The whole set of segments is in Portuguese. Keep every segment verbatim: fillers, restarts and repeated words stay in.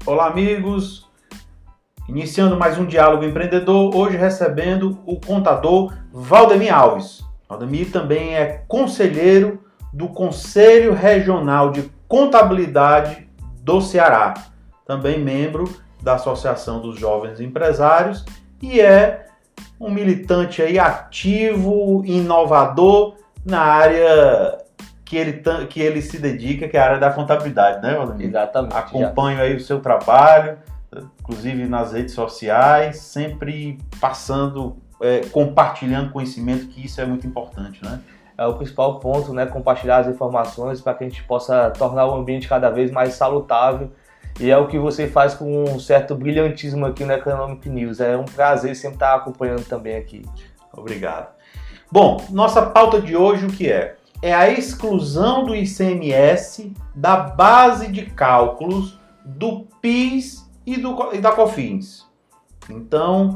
Olá, amigos! Iniciando mais um Diálogo Empreendedor, hoje recebendo o contador Valdemir Alves. Valdemir também é conselheiro do Conselho Regional de Contabilidade do Ceará, também membro da Associação dos Jovens Empresários e é um militante aí ativo, inovador na área que ele, que ele se dedica, que é a área da contabilidade, né, Valdemir? Exatamente. Acompanho já. aí o seu trabalho, inclusive nas redes sociais, sempre passando, é, compartilhando conhecimento, que isso é muito importante, né? É o principal ponto, né? Compartilhar as informações para que a gente possa tornar o ambiente cada vez mais salutável. E é o que você faz com um certo brilhantismo aqui no Economic News. É um prazer sempre estar acompanhando também aqui. Obrigado. Bom, nossa pauta de hoje o que é? É a exclusão do I C M S da base de cálculos do PIS e, do, e da COFINS. Então,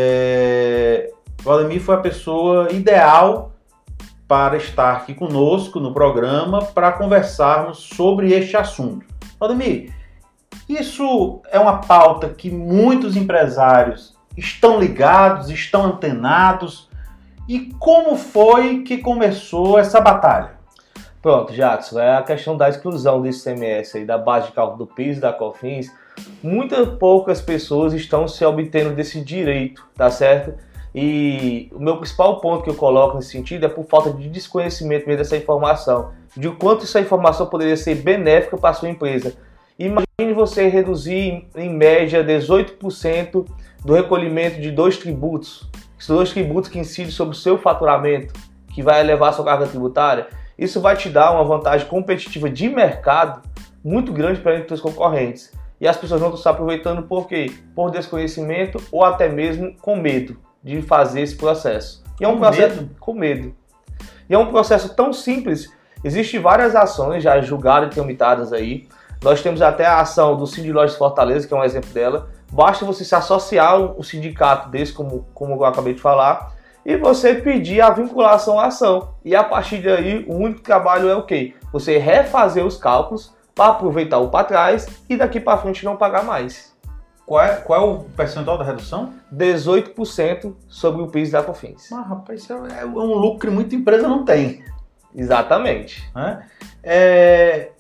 é, Valdemir foi a pessoa ideal para estar aqui conosco no programa para conversarmos sobre este assunto. Valdemir, isso é uma pauta que muitos empresários estão ligados, estão antenados. E como foi que começou essa batalha? Pronto, Jackson, é a questão da exclusão do I C M S aí, da base de cálculo do PIS e da COFINS. Muitas poucas pessoas estão se obtendo desse direito, tá certo? E o meu principal ponto que eu coloco nesse sentido é por falta de desconhecimento mesmo dessa informação, de o quanto essa informação poderia ser benéfica para a sua empresa. Imagine você reduzir em média dezoito por cento do recolhimento de dois tributos, esses dois tributos que incidem sobre o seu faturamento, que vai elevar a sua carga tributária. Isso vai te dar uma vantagem competitiva de mercado muito grande para os seus concorrentes. E as pessoas não estão se aproveitando por quê? Por desconhecimento ou até mesmo com medo de fazer esse processo. E é um com processo medo? com medo. E é um processo tão simples. Existem várias ações já julgadas e tramitadas aí. Nós temos até a ação do Sindlojas Fortaleza, que é um exemplo dela. Basta você se associar a um sindicato desse, como, como eu acabei de falar, e você pedir a vinculação à ação. E a partir daí, o único trabalho é o quê? Você refazer os cálculos para aproveitar o para trás e daqui para frente não pagar mais. Qual é, qual é o percentual da redução? dezoito por cento sobre o PIS da COFINS. Mas, rapaz, isso é um lucro que muita empresa não tem. Exatamente. Né? É...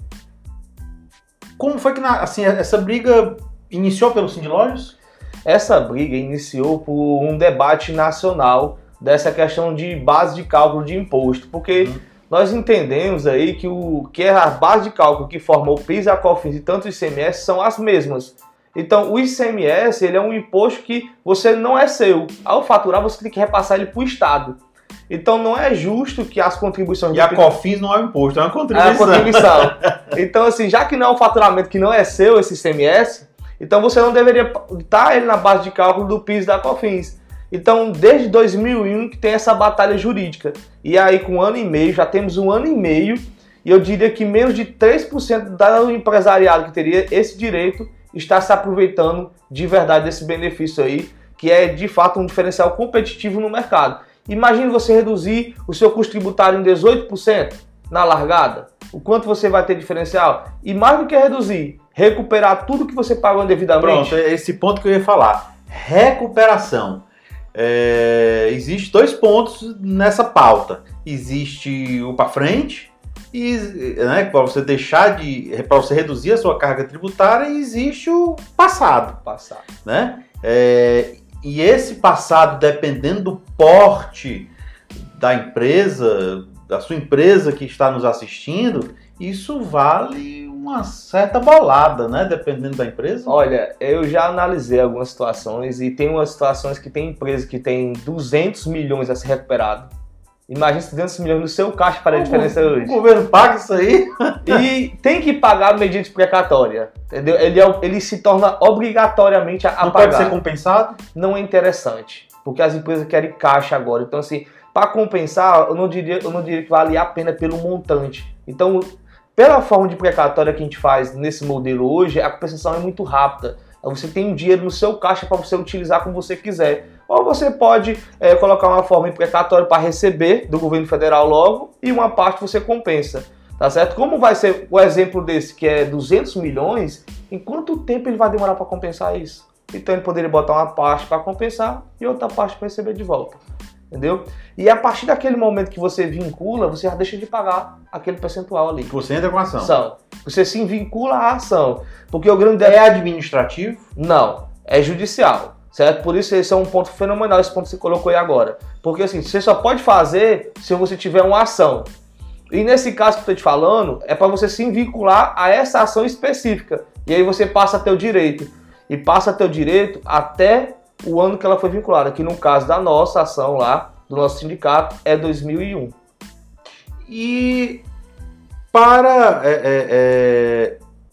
Como foi que assim, essa briga iniciou pelo Sindlojas? Essa briga iniciou por um debate nacional dessa questão de base de cálculo de imposto, porque uhum. nós entendemos aí que, o, que a base de cálculo que forma o PIS, a COFINS e tanto o I C M S são as mesmas. Então o I C M S ele é um imposto que você não é seu. Ao faturar você tem que repassar ele para o Estado. Então não é justo que as contribuições... E a COFINS não é um imposto, é uma contribuição. É uma contribuição. Então assim, já que não é um faturamento que não é seu, esse I C M S, então você não deveria estar ele na base de cálculo do PIS e da COFINS. Então desde dois mil e um que tem essa batalha jurídica. E aí com um ano e meio, já temos um ano e meio, e eu diria que menos de três por cento do empresariado que teria esse direito está se aproveitando de verdade desse benefício aí, que é de fato um diferencial competitivo no mercado. Imagine você reduzir o seu custo tributário em dezoito por cento na largada. O quanto você vai ter diferencial? E mais do que reduzir, recuperar tudo que você pagou indevidamente. Pronto, é esse ponto que eu ia falar. Recuperação. É, existe dois pontos nessa pauta. Existe o para frente, e, né, para você deixar de, para você reduzir a sua carga tributária, e existe o passado. Passado. Né? É, e esse passado, dependendo do porte da empresa, da sua empresa que está nos assistindo, isso vale uma certa bolada, né? Dependendo da empresa. Olha, eu já analisei algumas situações e tem umas situações que tem empresa que tem duzentos milhões a ser recuperado. Imagina se duzentos milhões no seu caixa para a diferença hoje. O governo paga isso aí. E tem que pagar mediante precatória, entendeu? Ele, é, ele se torna obrigatoriamente a, a Não pagar. pode ser compensado? Não é interessante, porque as empresas querem caixa agora. Então, assim, para compensar, eu não, diria, eu não diria que vale a pena pelo montante. Então, pela forma de precatória que a gente faz nesse modelo hoje, a compensação é muito rápida. Você tem um dinheiro no seu caixa para você utilizar como você quiser. Ou você pode é, colocar uma forma precatória para receber do governo federal logo e uma parte você compensa. Tá certo? Como vai ser o exemplo desse, que é duzentos milhões, em quanto tempo ele vai demorar para compensar isso? Então ele poderia botar uma parte para compensar e outra parte para receber de volta. Entendeu? E a partir daquele momento que você vincula, você já deixa de pagar aquele percentual ali. Você entra com a ação. ação. Você se vincula à ação. Porque o grande... É administrativo? Não, é judicial. Certo? Por isso esse é um ponto fenomenal, esse ponto que você colocou aí agora. Porque assim, você só pode fazer se você tiver uma ação. E nesse caso que eu estou te falando, é para você se vincular a essa ação específica. E aí você passa a ter o direito. E passa a ter o direito até o ano que ela foi vinculada, que no caso da nossa ação lá, do nosso sindicato, é dois mil e um. E para, é, é, é,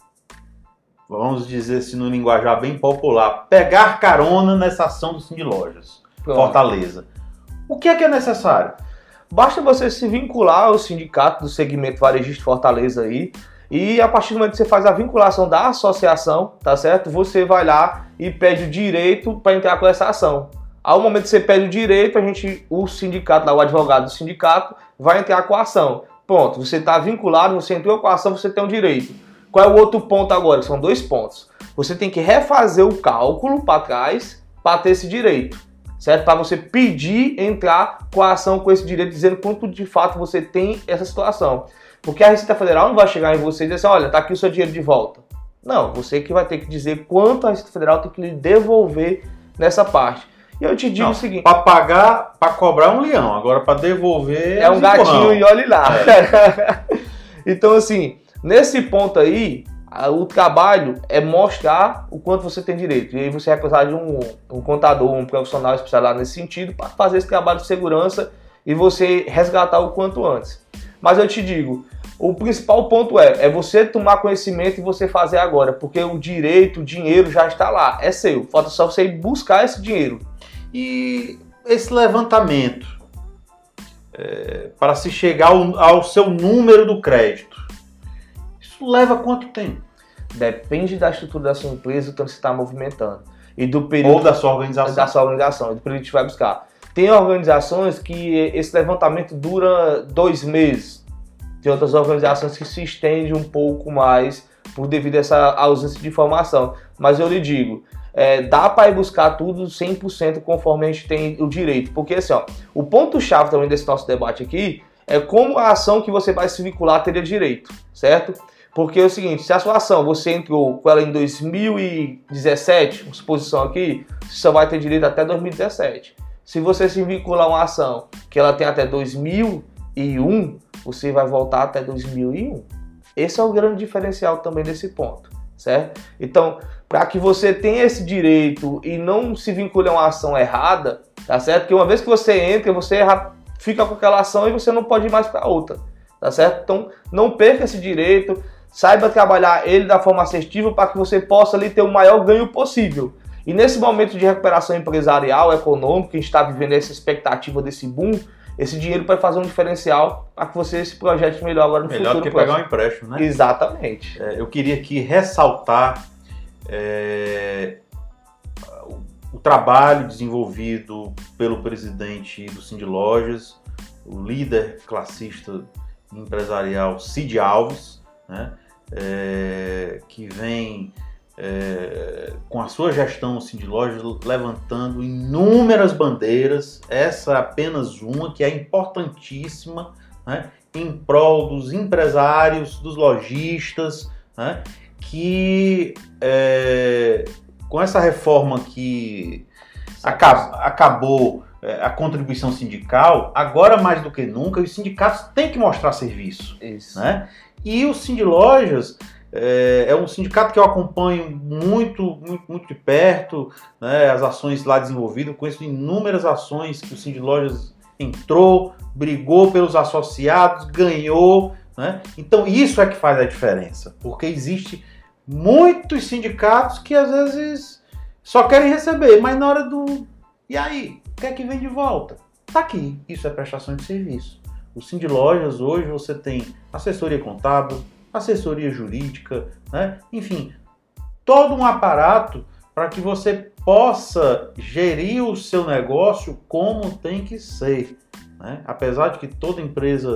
vamos dizer assim no linguajar bem popular, pegar carona nessa ação do Sindlojas, Fortaleza, o que é que é necessário? Basta você se vincular ao sindicato do segmento varejista Fortaleza aí, e a partir do momento que você faz a vinculação da associação, tá certo? Você vai lá e pede o direito para entrar com essa ação. Ao momento que você pede o direito, a gente, o sindicato, lá, o advogado do sindicato, vai entrar com a ação. Pronto, você está vinculado, você entrou com a ação, você tem o direito. Qual é o outro ponto agora? São dois pontos. Você tem que refazer o cálculo para trás para ter esse direito, certo? Para você pedir entrar com a ação com esse direito, dizendo quanto de fato você tem essa situação. Porque a Receita Federal não vai chegar em você e dizer assim, olha, tá aqui o seu dinheiro de volta. Não, você que vai ter que dizer quanto a Receita Federal tem que lhe devolver nessa parte. E eu te digo não, o seguinte... Para pagar, para cobrar um leão, agora para devolver... É um gatinho e olhe lá. É. Então, assim, nesse ponto aí, o trabalho é mostrar o quanto você tem direito. E aí você vai precisar de um, um contador, um profissional especializado nesse sentido para fazer esse trabalho de segurança e você resgatar o quanto antes. Mas eu te digo, o principal ponto é, é você tomar conhecimento e você fazer agora, porque o direito, o dinheiro já está lá, é seu. Falta só você ir buscar esse dinheiro. E esse levantamento, é, para se chegar ao, ao seu número do crédito, isso leva quanto tempo? Depende da estrutura da sua empresa, do tanto que você está movimentando. E do período, ou da sua organização. Da sua organização, do período que você vai buscar. Tem organizações que esse levantamento dura dois meses. Tem outras organizações que se estende um pouco mais por devido a essa ausência de informação. Mas eu lhe digo, é, dá para ir buscar tudo cem por cento conforme a gente tem o direito. Porque assim, ó, o ponto-chave também desse nosso debate aqui é como a ação que você vai se vincular teria direito, certo? Porque é o seguinte, se a sua ação, você entrou com ela em dois mil e dezessete, uma suposição aqui, você só vai ter direito até dois mil e dezessete. Se você se vincular a uma ação que ela tem até dois mil e um, você vai voltar até dois mil e um. Esse é o grande diferencial também desse ponto, certo? Então, para que você tenha esse direito e não se vincule a uma ação errada, tá certo? Porque uma vez que você entra, você fica com aquela ação e você não pode ir mais para outra, tá certo? Então, não perca esse direito, saiba trabalhar ele da forma assertiva para que você possa ali ter o maior ganho possível. E nesse momento de recuperação empresarial, econômica, que a gente está vivendo essa expectativa desse boom, esse dinheiro vai fazer um diferencial para que você se projete melhor agora no melhor futuro. Melhor do que próximo. pegar um empréstimo, né? Exatamente. É, eu queria aqui ressaltar é, o, o trabalho desenvolvido pelo presidente do Sindlojas, o líder classista empresarial Cid Alves, né? É, que vem... É, com a sua gestão no Sindlojas levantando inúmeras bandeiras, essa é apenas uma que é importantíssima, né, em prol dos empresários, dos lojistas, né, que é, com essa reforma que acab acabou é, a contribuição sindical, agora mais do que nunca os sindicatos têm que mostrar serviço. Isso. Né? E o Sindlojas É, é um sindicato que eu acompanho muito, muito, muito de perto, né, as ações lá desenvolvidas, conheço inúmeras ações que o Sindlojas entrou, brigou pelos associados, ganhou, né? Então isso é que faz a diferença, porque existe muitos sindicatos que às vezes só querem receber, mas na hora do... E aí? O que é que vem de volta? Tá aqui, isso é prestação de serviço. O Sindlojas hoje você tem assessoria contábil, assessoria jurídica, né? Enfim, todo um aparato para que você possa gerir o seu negócio como tem que ser, né? Apesar de que toda empresa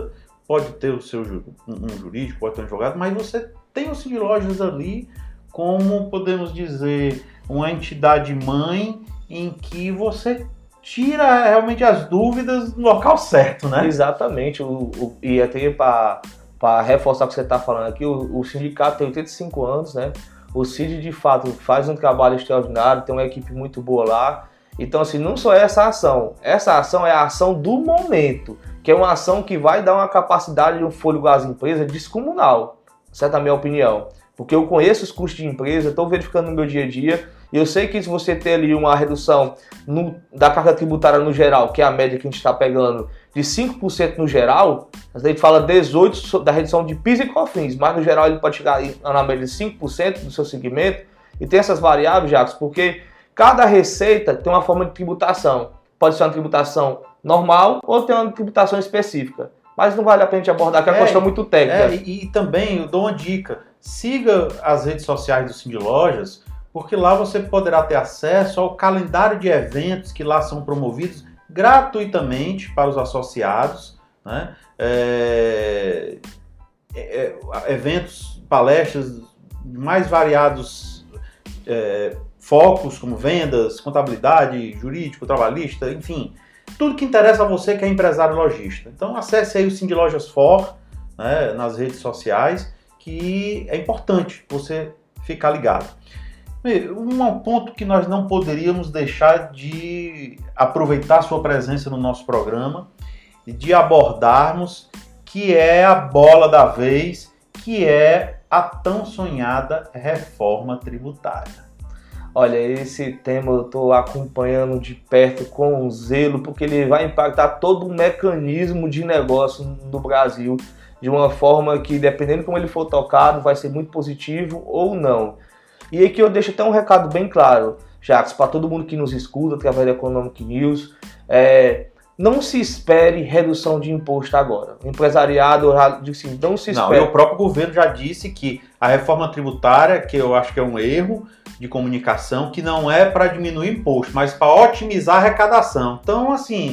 pode ter o seu ju- um jurídico, pode ter um advogado, mas você tem o Sindilojas ali como, podemos dizer, uma entidade mãe em que você tira realmente as dúvidas no local certo, né? Exatamente. O, o, e até para reforçar o que você está falando aqui, o, o sindicato tem oitenta e cinco anos, né? O C I D, de fato, faz um trabalho extraordinário, tem uma equipe muito boa lá. Então, assim, não só essa ação. Essa ação é a ação do momento, que é uma ação que vai dar uma capacidade de um fôlego às empresas descomunal, certo? Na minha opinião. Porque eu conheço os custos de empresa, estou verificando no meu dia a dia, e eu sei que se você ter ali uma redução no, da carga tributária no geral, que é a média que a gente está pegando, de cinco por cento no geral, a gente fala dezoito por cento da redução de PIS e COFINS, mas no geral ele pode chegar na média de cinco por cento do seu segmento, e tem essas variáveis, Jacques, porque cada receita tem uma forma de tributação. Pode ser uma tributação normal ou ter uma tributação específica. Mas não vale a pena a gente abordar, que é uma questão muito técnica. É, e, e também eu dou uma dica. Siga as redes sociais do Sindilojas, porque lá você poderá ter acesso ao calendário de eventos que lá são promovidos gratuitamente para os associados, né? É, é, eventos, palestras de mais variados é, focos, como vendas, contabilidade, jurídico, trabalhista, enfim, tudo que interessa a você que é empresário lojista. Então acesse aí o Sindilojas For, né, nas redes sociais, que é importante você ficar ligado. Um ponto que nós não poderíamos deixar de aproveitar a sua presença no nosso programa e de abordarmos, que é a bola da vez, que é a tão sonhada reforma tributária. Olha, esse tema eu estou acompanhando de perto com zelo, porque ele vai impactar todo o mecanismo de negócio no Brasil, de uma forma que, dependendo de como ele for tocado, vai ser muito positivo ou não. E aqui eu deixo até um recado bem claro, Jacques, para todo mundo que nos escuta através da Economic News, é, não se espere redução de imposto agora. O empresariado, eu já disse assim, não se espere. Não, e o próprio governo já disse que a reforma tributária, que eu acho que é um erro de comunicação, que não é para diminuir imposto, mas para otimizar a arrecadação. Então, assim...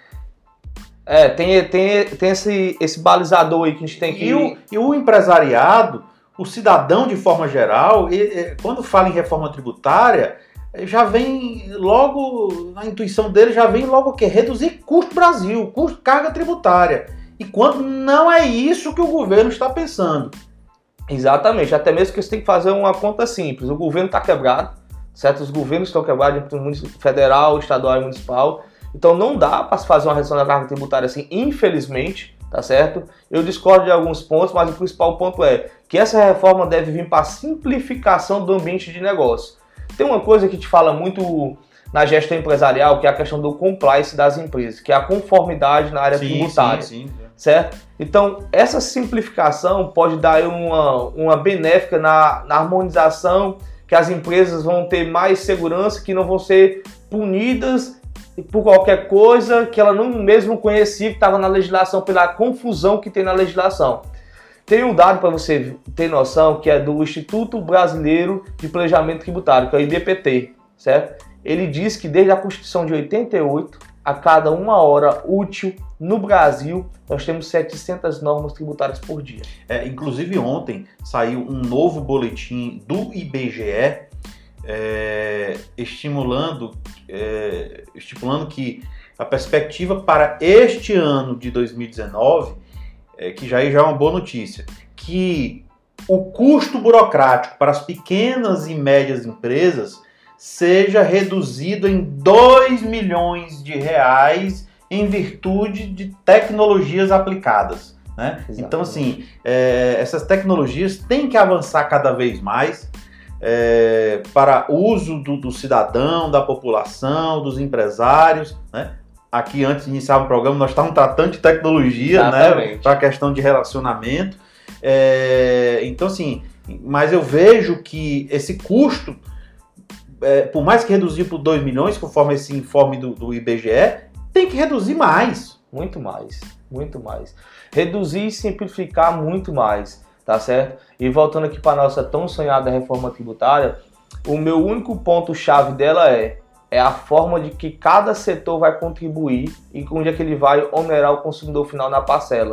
É, tem, tem, tem esse, esse balizador aí que a gente tem que... E o, e o empresariado, o cidadão de forma geral, ele, quando fala em reforma tributária, já vem logo, na intuição dele, já vem logo o quê? Reduzir custo Brasil, custo carga tributária. E quando não é isso que o governo está pensando. Exatamente, até mesmo que você tem que fazer uma conta simples. O governo está quebrado, certo? Os governos estão quebrados, federal, estadual e municipal. Então não dá para se fazer uma redução da carga tributária assim, infelizmente, tá certo? Eu discordo de alguns pontos, mas o principal ponto é que essa reforma deve vir para a simplificação do ambiente de negócio. Tem uma coisa que te fala muito na gestão empresarial, que é a questão do compliance das empresas, que é a conformidade na área sim, tributária, sim, sim. certo? Então, essa simplificação pode dar uma, uma benéfica na, na harmonização, que as empresas vão ter mais segurança, que não vão ser punidas por qualquer coisa que ela não mesmo conhecia, que estava na legislação, pela confusão que tem na legislação. Tem um dado para você ter noção, que é do Instituto Brasileiro de Planejamento Tributário, que é o I B P T, certo? Ele diz que desde a Constituição de oitenta e oito, a cada uma hora útil no Brasil, nós temos setecentas normas tributárias por dia. É, inclusive ontem saiu um novo boletim do I B G E, é, estimulando, é, estipulando que a perspectiva para este ano de dois mil e dezenove, é, que já, já é uma boa notícia, que o custo burocrático para as pequenas e médias empresas seja reduzido em dois milhões de reais em virtude de tecnologias aplicadas, né? Então, assim, é, essas tecnologias têm que avançar cada vez mais é, para uso do, do cidadão, da população, dos empresários, né? Aqui, antes de iniciar o programa, nós estávamos tratando de tecnologia, exatamente, né, para a questão de relacionamento. É, então, assim, mas eu vejo que esse custo, é, por mais que reduzir por dois milhões, conforme esse informe do, do I B G E, tem que reduzir mais. Muito mais, muito mais. Reduzir e simplificar muito mais, tá certo? E voltando aqui para a nossa tão sonhada reforma tributária, o meu único ponto-chave dela é é a forma de que cada setor vai contribuir e onde é que ele vai onerar o consumidor final na parcela.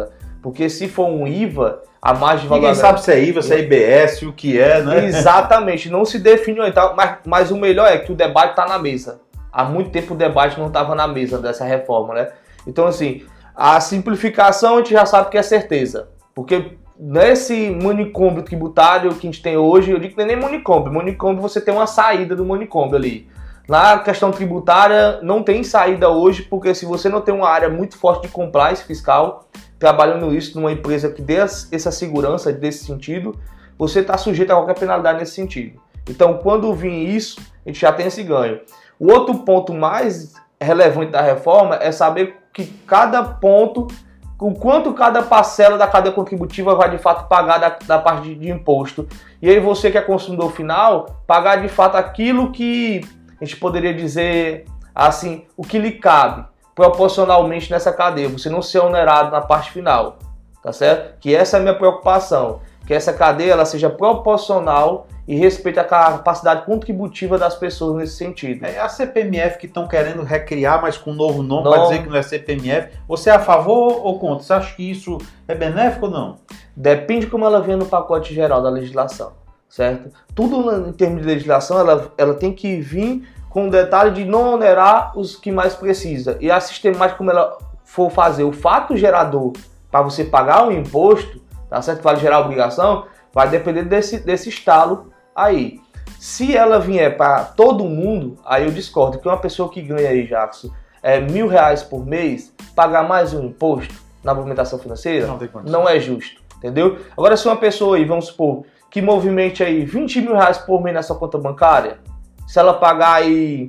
Porque se for um I V A, a margem de valor... Ninguém sabe se é I V A, se é I B S, o que é, né? Exatamente, não se definiu então, mas, mas o melhor é que o debate está na mesa. Há muito tempo o debate não estava na mesa dessa reforma, né? Então, assim, a simplificação a gente já sabe que é certeza. Porque nesse manicômio tributário que a gente tem hoje, eu digo que não é nem manicômio. Manicômio você tem uma saída do manicômio ali. Na questão tributária não tem saída hoje, porque se você não tem uma área muito forte de compliance fiscal, trabalhando isso numa empresa que dê essa segurança desse sentido, você está sujeito a qualquer penalidade nesse sentido. Então, quando vir isso, a gente já tem esse ganho. O outro ponto mais relevante da reforma é saber que cada ponto, o quanto cada parcela da cadeia contributiva vai de fato pagar da, da parte de, de imposto. E aí você que é consumidor final, pagar de fato aquilo que a gente poderia dizer assim, o que lhe cabe proporcionalmente nessa cadeia, você não ser onerado na parte final, tá certo? Que essa é a minha preocupação, que essa cadeia ela seja proporcional e respeite a capacidade contributiva das pessoas nesse sentido. É a C P M F que estão querendo recriar, mas com um novo nome, Não. para dizer que não é C P M F. Você é a favor ou contra? Você acha que isso é benéfico ou não? Depende como ela vem no pacote geral da legislação, certo? Tudo em termos de legislação, ela, ela tem que vir com o detalhe de não onerar os que mais precisam. E a sistemática como ela for fazer o fato gerador para você pagar o imposto, tá certo? Para gerar a obrigação, vai depender desse, desse estalo aí. Se ela vier para todo mundo, aí eu discordo que uma pessoa que ganha aí, Jackson, é, mil reais por mês, pagar mais um imposto na movimentação financeira, Não tem condição. Não é justo, entendeu? Agora, se uma pessoa aí, vamos supor, que movimente aí vinte mil reais por mês na sua conta bancária, se ela pagar aí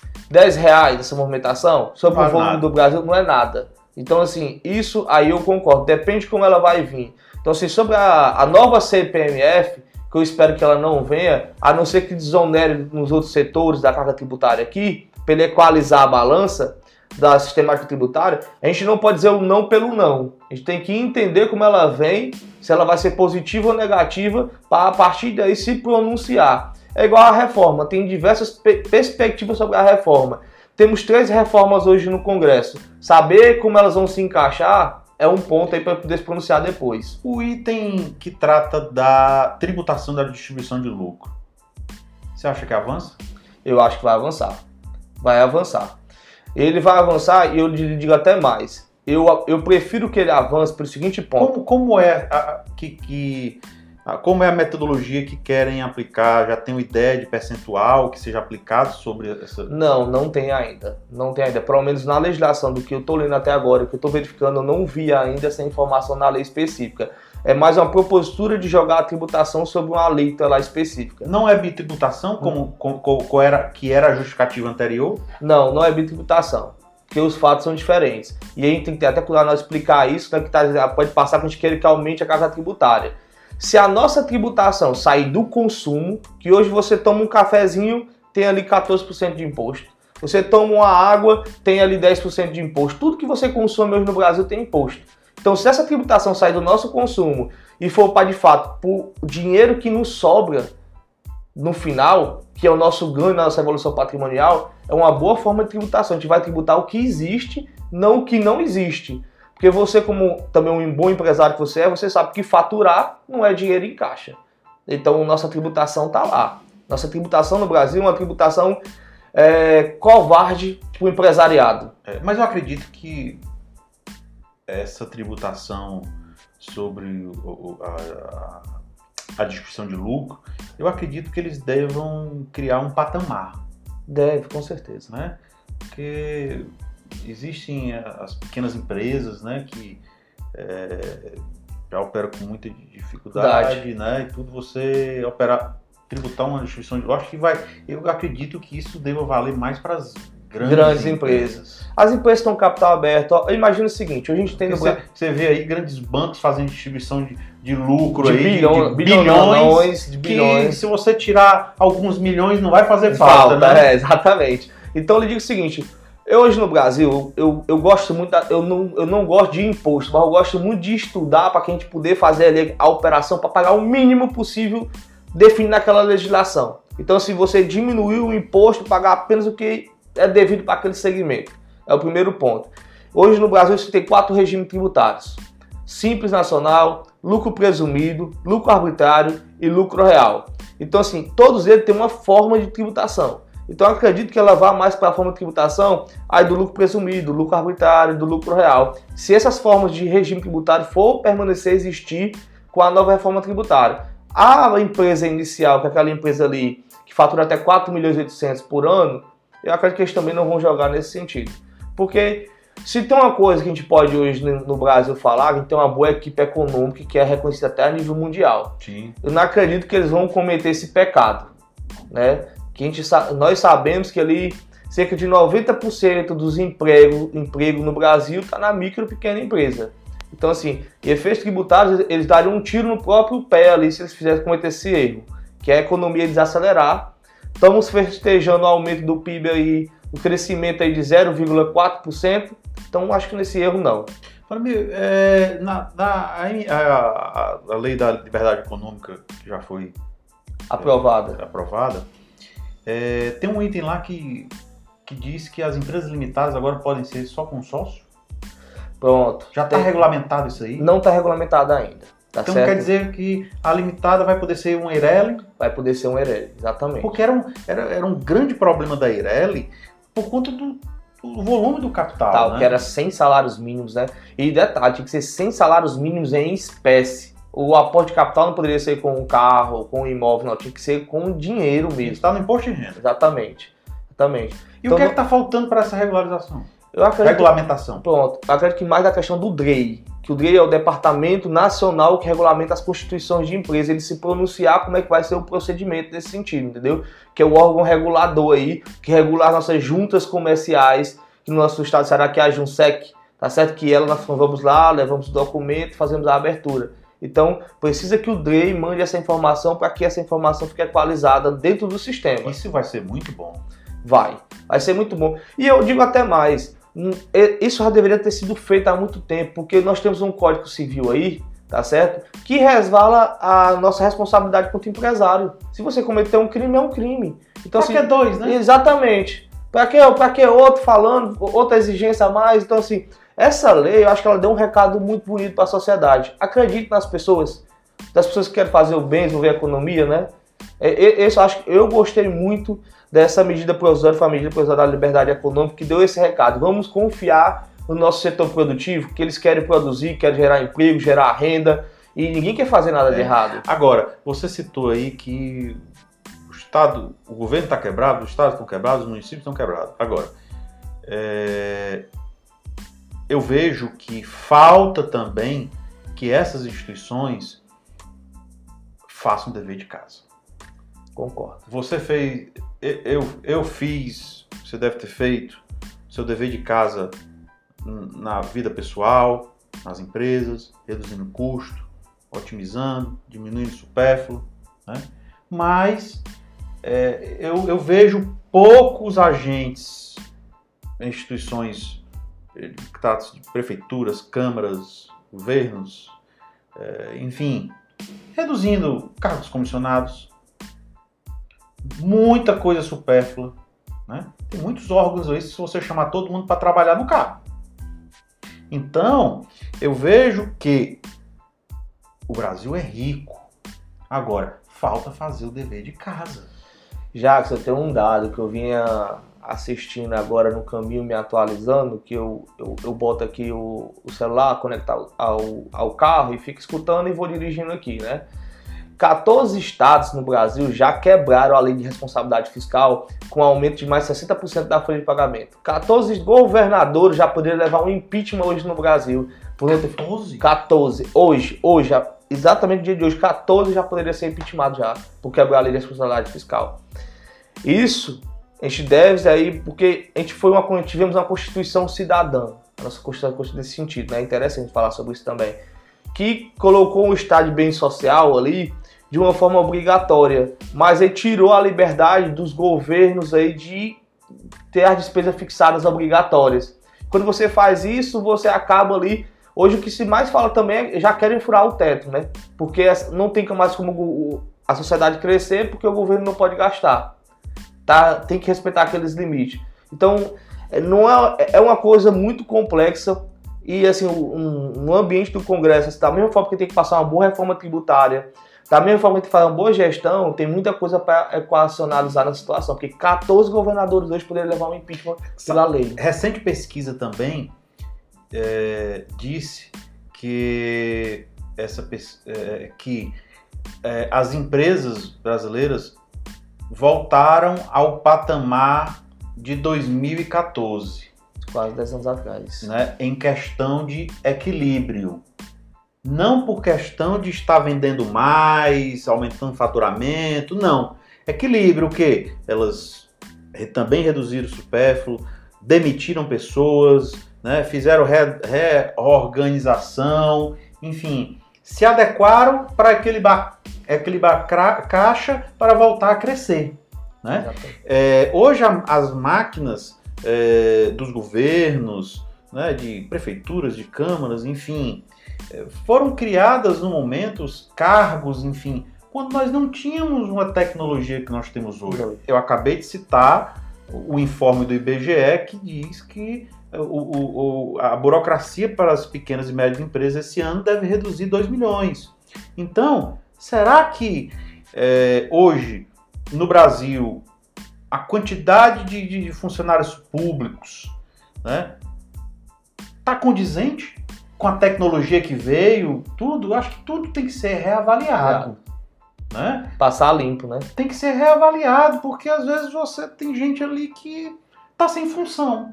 dez reais nessa movimentação, sobre o volume do Brasil, não é nada. Então, assim, isso aí eu concordo, depende de como ela vai vir. Então, assim, sobre a, a nova C P M F, que eu espero que ela não venha, a não ser que desonere nos outros setores da carga tributária aqui, para ele equalizar a balança da sistemática tributária, a gente não pode dizer o não pelo não. A gente tem que entender como ela vem, se ela vai ser positiva ou negativa, para a partir daí se pronunciar. É igual a reforma, tem diversas pe- perspectivas sobre a reforma. Temos três reformas hoje no Congresso. Saber como elas vão se encaixar é um ponto aí para poder se pronunciar depois. O item que trata da tributação da distribuição de lucro, você acha que avança? Eu acho que vai avançar. Vai avançar. Ele vai avançar e eu lhe digo até mais. Eu, eu prefiro que ele avance pelo seguinte ponto. Como, como é a, que, que, a, como é a metodologia que querem aplicar? Já tem uma ideia de percentual que seja aplicado sobre essa... Não, não tem ainda. Não tem ainda. Pelo menos na legislação do que eu estou lendo até agora, que eu estou verificando, eu não vi ainda essa informação na lei específica. É mais uma propositura de jogar a tributação sobre uma alíquota lá específica. Não é bitributação, como, como, como era, que era a justificativa anterior? Não, não é bitributação, porque os fatos são diferentes. E aí tem que ter até cuidado nós explicar isso, né, que tá, pode passar que a gente queira que aumente a carga tributária. Se a nossa tributação sair do consumo, que hoje você toma um cafezinho, tem ali quatorze por cento de imposto. Você toma uma água, tem ali dez por cento de imposto. Tudo que você consome hoje no Brasil tem imposto. Então, se essa tributação sair do nosso consumo e for para, de fato, por dinheiro que nos sobra no final, que é o nosso ganho na nossa evolução patrimonial, é uma boa forma de tributação. A gente vai tributar o que existe, não o que não existe. Porque você, como também um bom empresário que você é, você sabe que faturar não é dinheiro em caixa. Então, nossa tributação está lá. Nossa tributação no Brasil é uma tributação é, covarde para o empresariado. É, mas eu acredito que essa tributação sobre o, a, a distribuição de lucro, eu acredito que eles devam criar um patamar. Deve, com certeza. Né? Porque existem as pequenas empresas, né, que é, já operam com muita dificuldade, Verdade. Né, e tudo você operar, tributar uma distribuição de... Eu acho que vai... Eu acredito que isso deva valer mais para as grandes, Grandes empresas. empresas. As empresas estão capital aberto. Ó, imagina o seguinte, hoje a gente tem no Você, Brasil... você vê aí grandes bancos fazendo distribuição de, de lucro De aí, bilhão- de, de bilhões, bilhões, de que bilhões. se você tirar alguns milhões não vai fazer falta, Falta, né? é, exatamente. Então eu lhe digo o seguinte, eu hoje no Brasil, eu, eu gosto muito, da, eu, não, eu não gosto de imposto, mas eu gosto muito de estudar para que a gente poder fazer ali a operação para pagar o mínimo possível definido naquela legislação. Então se você diminuir o imposto, pagar apenas o que é devido para aquele segmento. É o primeiro ponto. Hoje no Brasil você tem quatro regimes tributários. Simples Nacional, lucro presumido, lucro arbitrário e lucro real. Então, assim, todos eles têm uma forma de tributação. Então, eu acredito que ela vá mais para a forma de tributação aí do lucro presumido, do lucro arbitrário, do lucro real. Se essas formas de regime tributário for permanecer existir com a nova reforma tributária. A empresa inicial, que é aquela empresa ali que fatura até quatro milhões e oitocentos por ano, eu acredito que eles também não vão jogar nesse sentido. Porque se tem uma coisa que a gente pode hoje no Brasil falar, que tem uma boa equipe econômica que é reconhecida até a nível mundial. Sim. Eu não acredito que eles vão cometer esse pecado, né? Que a gente, nós sabemos que ali cerca de noventa por cento dos empregos emprego no Brasil está na micro e pequena empresa. Então, assim, efeitos tributários, eles dariam um tiro no próprio pé ali se eles fizessem cometer esse erro, que é a economia desacelerar. Estamos festejando o aumento do P I B aí, o crescimento aí de zero vírgula quatro por cento, então acho que nesse erro não. É, na, na, a, a, a lei da liberdade econômica que já foi aprovada, é, aprovada é, tem um item lá que, que diz que as empresas limitadas agora podem ser só com sócio? Pronto. Já está regulamentado isso aí? Não está regulamentado ainda. Tá então certo? Quer dizer que a limitada vai poder ser um Eireli? Vai poder ser um Eireli, exatamente. Porque era um, era, era um grande problema da Eireli por conta do, do volume do capital. Tal, né? Que era cem salários mínimos, né? E detalhe, tinha que ser cem salários mínimos em espécie. O aporte de capital não poderia ser com um carro, com um imóvel, não. Tinha que ser com dinheiro mesmo. Está no imposto de renda. Exatamente. Exatamente. E então, o que é que está faltando para essa regularização? Eu acredito, regulamentação. Pronto. Eu acredito que mais da questão do D R E I, que o D R E I é o Departamento Nacional que regulamenta as constituições de empresa, ele se pronunciar como é que vai ser o procedimento nesse sentido, entendeu? Que é o órgão regulador aí, que regula as nossas juntas comerciais, que no nosso estado será que é a Junsec, tá certo? Que ela nós vamos lá, levamos o documento, fazemos a abertura. Então, precisa que o D R E I mande essa informação para que essa informação fique atualizada dentro do sistema. Isso vai ser muito bom. Vai. Vai ser muito bom. E eu digo até mais, isso já deveria ter sido feito há muito tempo, porque nós temos um Código Civil aí, tá certo? Que resvala a nossa responsabilidade contra o empresário. Se você cometer um crime, é um crime. Então, pra assim, que dois, né? Exatamente. Para que, pra que outro falando, outra exigência a mais? Então, assim, essa lei, eu acho que ela deu um recado muito bonito para a sociedade. Acredite nas pessoas, das pessoas que querem fazer o bem, desenvolver a economia, né? Eu, acho, eu gostei muito dessa medida provisória, foi a medida provisória da liberdade econômica, que deu esse recado. Vamos confiar no nosso setor produtivo, que eles querem produzir, querem gerar emprego, gerar renda, e ninguém quer fazer nada de é. errado. Agora, você citou aí que o Estado, o governo está quebrado, os estados estão quebrados, os municípios estão quebrados. Agora, é... eu vejo que falta também que essas instituições façam o dever de casa. Concordo. Você fez, eu, eu fiz, você deve ter feito seu dever de casa na vida pessoal, nas empresas, reduzindo custo, otimizando, diminuindo o supérfluo, né? Mas é, eu, eu vejo poucos agentes, instituições que tratam de prefeituras, câmaras, governos, é, enfim, reduzindo cargos comissionados, muita coisa supérflua, né? Tem muitos órgãos aí, se você chamar todo mundo para trabalhar no carro. Então, eu vejo que o Brasil é rico. Agora, falta fazer o dever de casa. Jackson, eu tenho um dado que eu vinha assistindo agora no caminho, me atualizando, que eu, eu, eu boto aqui o, o celular, conectar ao, ao carro e fico escutando e vou dirigindo aqui, né? quatorze estados no Brasil já quebraram a lei de responsabilidade fiscal com aumento de mais sessenta por cento da folha de pagamento. quatorze governadores já poderiam levar um impeachment hoje no Brasil. Por quatorze? quatorze. Hoje, hoje, exatamente no dia de hoje, quatorze já poderia ser impeachment já por quebrar a lei de responsabilidade fiscal. Isso a gente deve aí porque a gente foi uma, tivemos uma Constituição cidadã. A nossa Constituição nesse sentido, né? É interessante falar sobre isso também. Que colocou um estado de bem social ali de uma forma obrigatória, mas ele tirou a liberdade dos governos aí de ter as despesas fixadas obrigatórias. Quando você faz isso, você acaba ali... Hoje o que se mais fala também é já querem furar o teto, né? Porque não tem mais como a sociedade crescer porque o governo não pode gastar. Tá? Tem que respeitar aqueles limites. Então, não é, é uma coisa muito complexa E assim, um, no ambiente do Congresso, assim, da mesma forma que tem que passar uma boa reforma tributária, da mesma forma que tem que fazer uma boa gestão, tem muita coisa para equacionalizar na situação, porque quatorze governadores hoje poderiam levar um impeachment pela lei. Recente pesquisa também é, disse que, essa, é, que é, as empresas brasileiras voltaram ao patamar de dois mil e quatorze. Quase dez anos atrás. Né, em questão de equilíbrio. Não por questão de estar vendendo mais, aumentando o faturamento, não. Equilíbrio o quê? Elas também reduziram o supérfluo, demitiram pessoas, né, fizeram re reorganização, enfim, se adequaram para equilibrar, equilibrar a caixa para voltar a crescer. Né? É, hoje a, as máquinas é, dos governos, né, de prefeituras, de câmaras, enfim, é, foram criadas no momento os cargos, enfim, quando nós não tínhamos uma tecnologia que nós temos hoje. Eu acabei de citar o informe do I B G E que diz que o, o, a burocracia para as pequenas e médias empresas esse ano deve reduzir dois milhões. Então, será que é, hoje no Brasil a quantidade de, de funcionários públicos, né, está condizente com a tecnologia que veio? Tudo, acho que tudo tem que ser reavaliado. É. Né? Passar limpo, né? Tem que ser reavaliado, porque às vezes você tem gente ali que está sem função.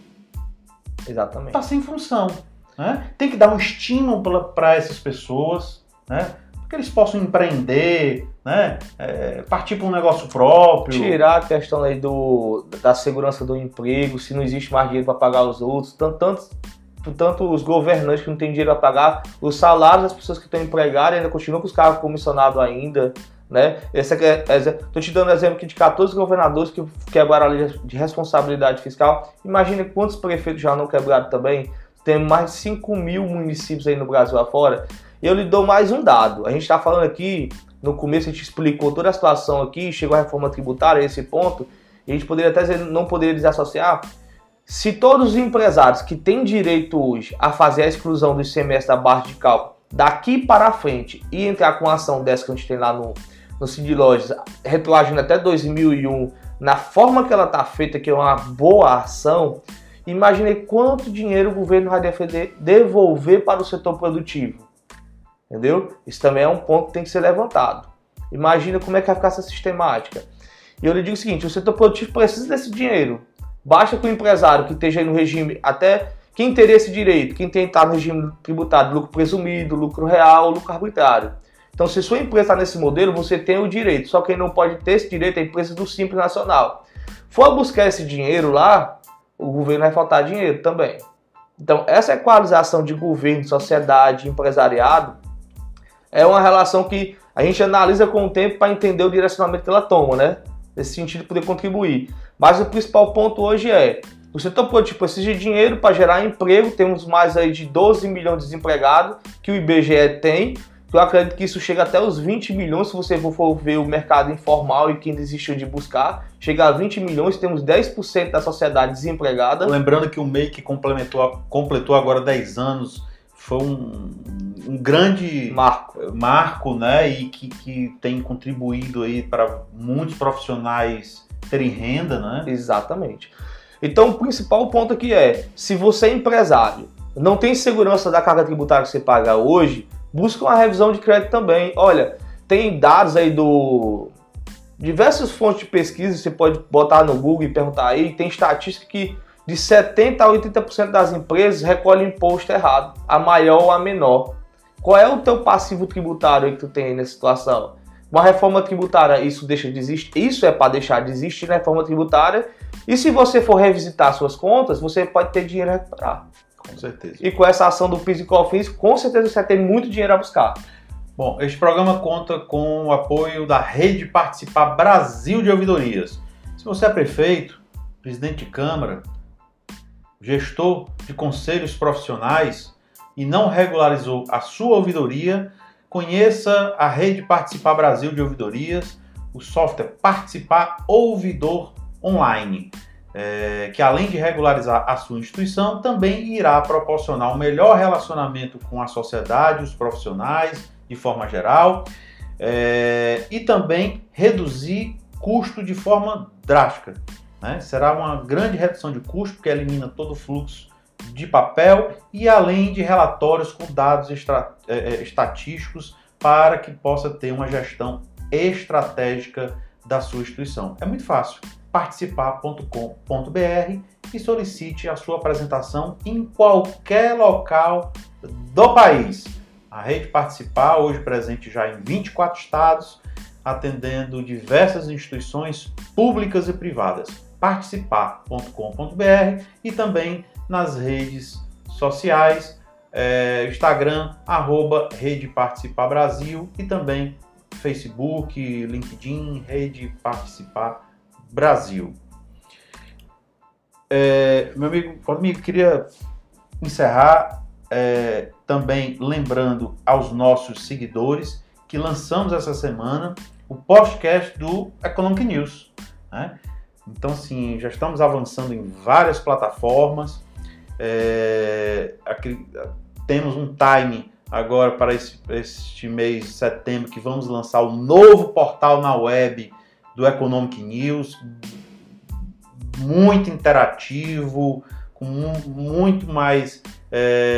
Exatamente. Está sem função. Né? Tem que dar um estímulo para essas pessoas, né? Que eles possam empreender, né? É, partir para um negócio próprio. Tirar a questão aí do, da segurança do emprego, se não existe mais dinheiro para pagar os outros, tanto, tanto, tanto os governantes que não têm dinheiro para pagar, os salários das pessoas que estão empregadas ainda continuam com os cargos comissionados ainda, né? Esse é, estou te dando exemplo aqui de quatorze governadores que quebraram a lei de responsabilidade fiscal. Imagina quantos prefeitos já não quebraram também. Tem mais de cinco mil municípios aí no Brasil afora. E eu lhe dou mais um dado. A gente está falando aqui, no começo a gente explicou toda a situação aqui, chegou a reforma tributária a esse ponto, e a gente poderia até dizer, não poderia desassociar. Se todos os empresários que têm direito hoje a fazer a exclusão do I C M S da base de cálculo daqui para frente e entrar com a ação dessa que a gente tem lá no, no Cindy Lojas, retroagindo até dois mil e um, na forma que ela está feita, que é uma boa ação, imagine quanto dinheiro o governo vai defender, devolver para o setor produtivo. Entendeu? Isso também é um ponto que tem que ser levantado. Imagina como é que vai ficar essa sistemática. E eu lhe digo o seguinte, o setor produtivo precisa desse dinheiro. Basta que o empresário que esteja aí no regime, até quem teria esse direito, quem tem que estar no regime tributário, lucro presumido, lucro real, lucro arbitrário. Então, se sua empresa está nesse modelo, você tem o direito. Só quem não pode ter esse direito é a empresa do Simples Nacional. For buscar esse dinheiro lá, o governo vai faltar dinheiro também. Então, essa equalização de governo, sociedade, empresariado, é uma relação que a gente analisa com o tempo para entender o direcionamento que ela toma, né? Nesse sentido, poder contribuir. Mas o principal ponto hoje é, o setor produtivo precisa de dinheiro para gerar emprego, temos mais aí de doze milhões de desempregados, que o I B G E tem. Eu acredito que isso chega até os vinte milhões, se você for ver o mercado informal e quem desistiu de buscar. Chega a vinte milhões, temos dez por cento da sociedade desempregada. Lembrando que o M E I que complementou, completou agora dez anos, foi um, um grande marco, marco, né? E que, que tem contribuído aí para muitos profissionais terem renda, né? Exatamente. Então o principal ponto aqui é, se você é empresário, não tem segurança da carga tributária que você paga hoje, busca uma revisão de crédito também. Olha, tem dados aí do diversas fontes de pesquisa, você pode botar no Google e perguntar aí, tem estatística que de setenta a oitenta por cento das empresas recolhem imposto errado, a maior ou a menor. Qual é o teu passivo tributário aí que tu tem aí nessa situação? Uma reforma tributária, isso deixa de existir, isso é para deixar de existir na reforma tributária, e se você for revisitar suas contas, você pode ter dinheiro a recuperar. Com certeza. E com essa ação do PIS e COFINS, com certeza você vai ter muito dinheiro a buscar. Bom, este programa conta com o apoio da Rede Participar Brasil de Ouvidorias. Se você é prefeito, presidente de Câmara, gestor de conselhos profissionais e não regularizou a sua ouvidoria, conheça a Rede Participar Brasil de Ouvidorias, o software Participar Ouvidor Online. é, que além de regularizar a sua instituição, também irá proporcionar um melhor relacionamento com a sociedade, os profissionais, de forma geral, é, e também reduzir custo de forma drástica. Né? Será uma grande redução de custo, porque elimina todo o fluxo de papel e além de relatórios com dados extra, é, estatísticos para que possa ter uma gestão estratégica da sua instituição. É muito fácil, participar ponto com ponto b r e solicite a sua apresentação em qualquer local do país. A Rede Participar, hoje presente já em vinte e quatro estados, atendendo diversas instituições públicas e privadas. participar ponto com ponto b r e também nas redes sociais, é, Instagram, arroba Rede Participar Brasil e também Facebook, LinkedIn, Rede Participar Brasil. É, meu amigo, amigo, queria encerrar é, também lembrando aos nossos seguidores que lançamos essa semana o podcast do Economic News, né? Então, assim, já estamos avançando em várias plataformas. É, aqui, temos um time agora para esse, este mês de setembro que vamos lançar o novo portal na web do Economic News, muito interativo, com muito mais é,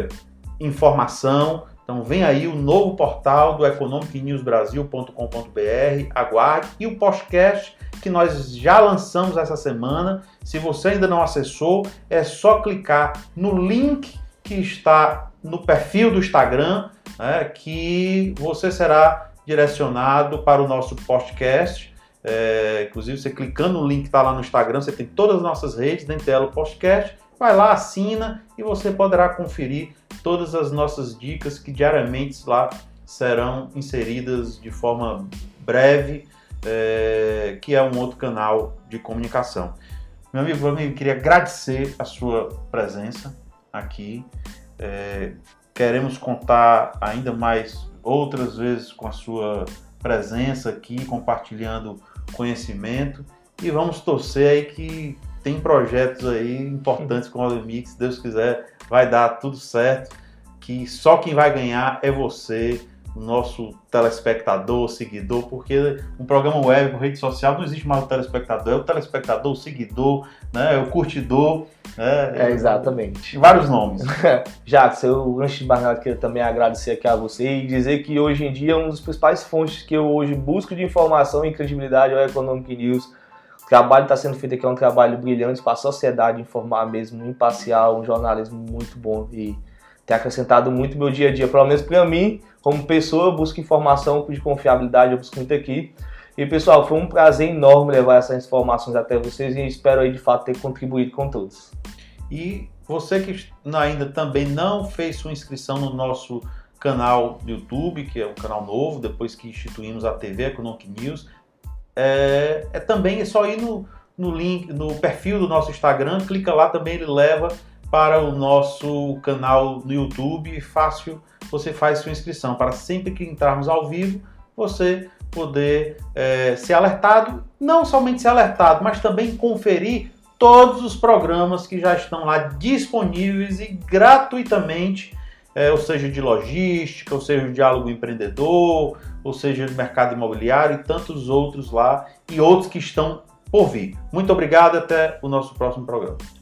informação. Então vem aí o novo portal do economic news brasil ponto com ponto b r, aguarde, e o podcast que nós já lançamos essa semana. Se você ainda não acessou, é só clicar no link que está no perfil do Instagram, né, que você será direcionado para o nosso podcast. É, inclusive, você clicando no link que está lá no Instagram, você tem todas as nossas redes, dentre elas o podcast. Vai lá, assina e você poderá conferir todas as nossas dicas que diariamente lá serão inseridas de forma breve, é, que é um outro canal de comunicação. Meu amigo, meu amigo, queria agradecer a sua presença aqui. É, queremos contar ainda mais outras vezes com a sua presença aqui, compartilhando conhecimento, e vamos torcer aí que tem projetos aí importantes com o Audemix, se Deus quiser vai dar tudo certo, que só quem vai ganhar é você, o nosso telespectador, seguidor, porque um programa web com rede social não existe mais o telespectador, é o telespectador, o seguidor, né, é o curtidor, né, é exatamente. Vários nomes. Jacques, eu antes de mais nada queria também agradecer aqui a você e dizer que hoje em dia um dos principais fontes que eu hoje busco de informação e credibilidade é o Economic News. O trabalho está sendo feito aqui, é um trabalho brilhante para a sociedade, informar mesmo, imparcial, um jornalismo muito bom e tem acrescentado muito meu dia a dia, pelo menos para mim, como pessoa, eu busco informação de confiabilidade, eu busco muito aqui. E pessoal, foi um prazer enorme levar essas informações até vocês e espero aí de fato ter contribuído com todos. E você que ainda também não fez sua inscrição no nosso canal do YouTube, que é um canal novo, depois que instituímos a T V Economic News, é, é também é só ir no, no link, no perfil do nosso Instagram, clica lá também, ele leva para o nosso canal no YouTube, fácil, você faz sua inscrição, para sempre que entrarmos ao vivo, você poder é, ser alertado, não somente ser alertado, mas também conferir todos os programas que já estão lá disponíveis e gratuitamente, é, ou seja, de logística, ou seja, de diálogo empreendedor, ou seja, de mercado imobiliário e tantos outros lá, e outros que estão por vir. Muito obrigado, até o nosso próximo programa.